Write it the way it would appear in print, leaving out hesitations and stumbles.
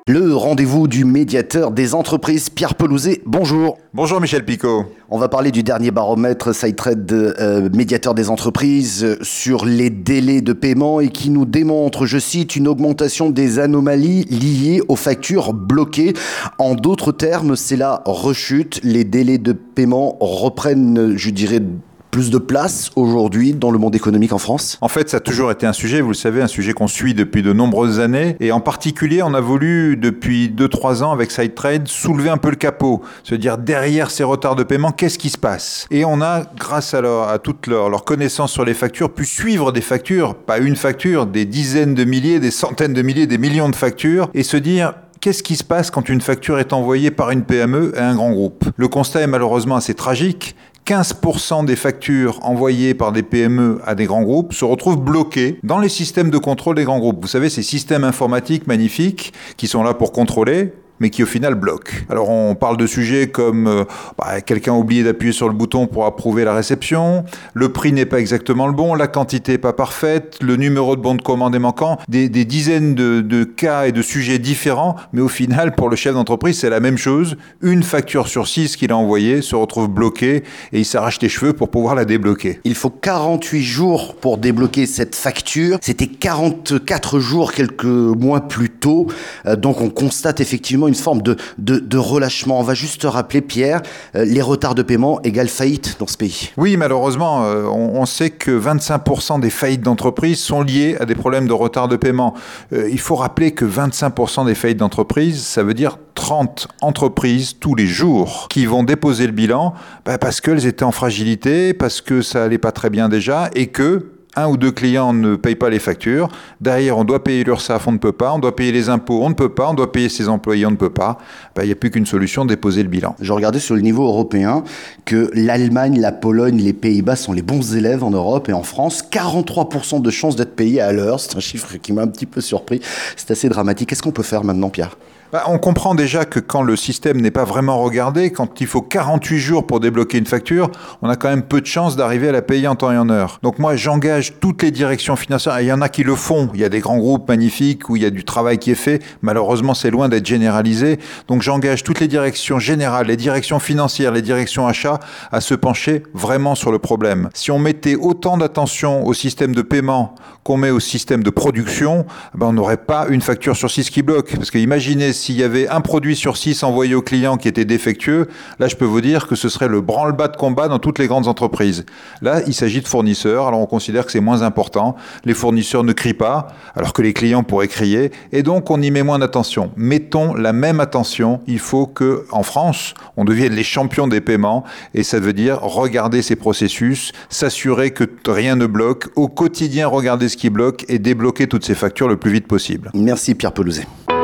Le rendez-vous du médiateur des entreprises, Pierre Pelouzet, bonjour. Bonjour Michel Picot. On va parler du dernier baromètre SiteTrade médiateur des entreprises sur les délais de paiement et qui nous démontre, je cite, une augmentation des anomalies liées aux factures bloquées. En d'autres termes, c'est la rechute. Les délais de paiement reprennent, je dirais, plus de place aujourd'hui dans le monde économique en France? En fait, ça a toujours été un sujet, vous le savez, un sujet qu'on suit depuis de nombreuses années. Et en particulier, on a voulu, depuis 2-3 ans, avec SiteTrade, soulever un peu le capot. Se dire, derrière ces retards de paiement, qu'est-ce qui se passe? Et on a, grâce à toute leur connaissance sur les factures, pu suivre des factures, pas une facture, des dizaines de milliers, des centaines de milliers, des millions de factures, et se dire, qu'est-ce qui se passe quand une facture est envoyée par une PME à un grand groupe? Le constat est malheureusement assez tragique. 15% des factures envoyées par des PME à des grands groupes se retrouvent bloquées dans les systèmes de contrôle des grands groupes. Vous savez, ces systèmes informatiques magnifiques qui sont là pour contrôler, mais qui au final bloquent. Alors on parle de sujets comme quelqu'un a oublié d'appuyer sur le bouton pour approuver la réception, le prix n'est pas exactement le bon, la quantité n'est pas parfaite, le numéro de bon de commande est manquant, des dizaines de cas et de sujets différents, mais au final pour le chef d'entreprise c'est la même chose, une facture sur 6 qu'il a envoyée se retrouve bloquée et il s'arrache les cheveux pour pouvoir la débloquer. Il faut 48 jours pour débloquer cette facture, c'était 44 jours quelques mois plus tôt, donc on constate effectivement une forme de relâchement. On va juste rappeler, Pierre, les retards de paiement égale faillite dans ce pays. Oui, malheureusement, on sait que 25% des faillites d'entreprises sont liées à des problèmes de retard de paiement. Il faut rappeler que 25% des faillites d'entreprises, ça veut dire 30 entreprises tous les jours qui vont déposer le bilan parce qu'elles étaient en fragilité, parce que ça allait pas très bien déjà et que un ou deux clients ne payent pas les factures. Derrière, on doit payer l'URSSAF, on ne peut pas. On doit payer les impôts, on ne peut pas. On doit payer ses employés, on ne peut pas. Il n'y a plus qu'une solution, déposer le bilan. Je regardais sur le niveau européen que l'Allemagne, la Pologne, les Pays-Bas sont les bons élèves en Europe et en France. 43% de chances d'être payés à l'heure. C'est un chiffre qui m'a un petit peu surpris. C'est assez dramatique. Qu'est-ce qu'on peut faire maintenant, Pierre ? On comprend déjà que quand le système n'est pas vraiment regardé, quand il faut 48 jours pour débloquer une facture, on a quand même peu de chances d'arriver à la payer en temps et en heure. Donc moi, j'engage toutes les directions financières. Et il y en a qui le font. Il y a des grands groupes magnifiques où il y a du travail qui est fait. Malheureusement, c'est loin d'être généralisé. Donc j'engage toutes les directions générales, les directions financières, les directions achats à se pencher vraiment sur le problème. Si on mettait autant d'attention au système de paiement qu'on met au système de production, on n'aurait pas une facture sur 6 qui bloque. Parce que imaginez s'il y avait un produit sur 6 envoyé au client qui était défectueux, là je peux vous dire que ce serait le branle-bas de combat dans toutes les grandes entreprises. Là, il s'agit de fournisseurs, alors on considère que c'est moins important. Les fournisseurs ne crient pas, alors que les clients pourraient crier, et donc on y met moins d'attention. Mettons la même attention, il faut qu'en France, on devienne les champions des paiements, et ça veut dire regarder ces processus, s'assurer que rien ne bloque, au quotidien regarder ce qui bloque et débloquer toutes ces factures le plus vite possible. Merci Pierre Pelouzet.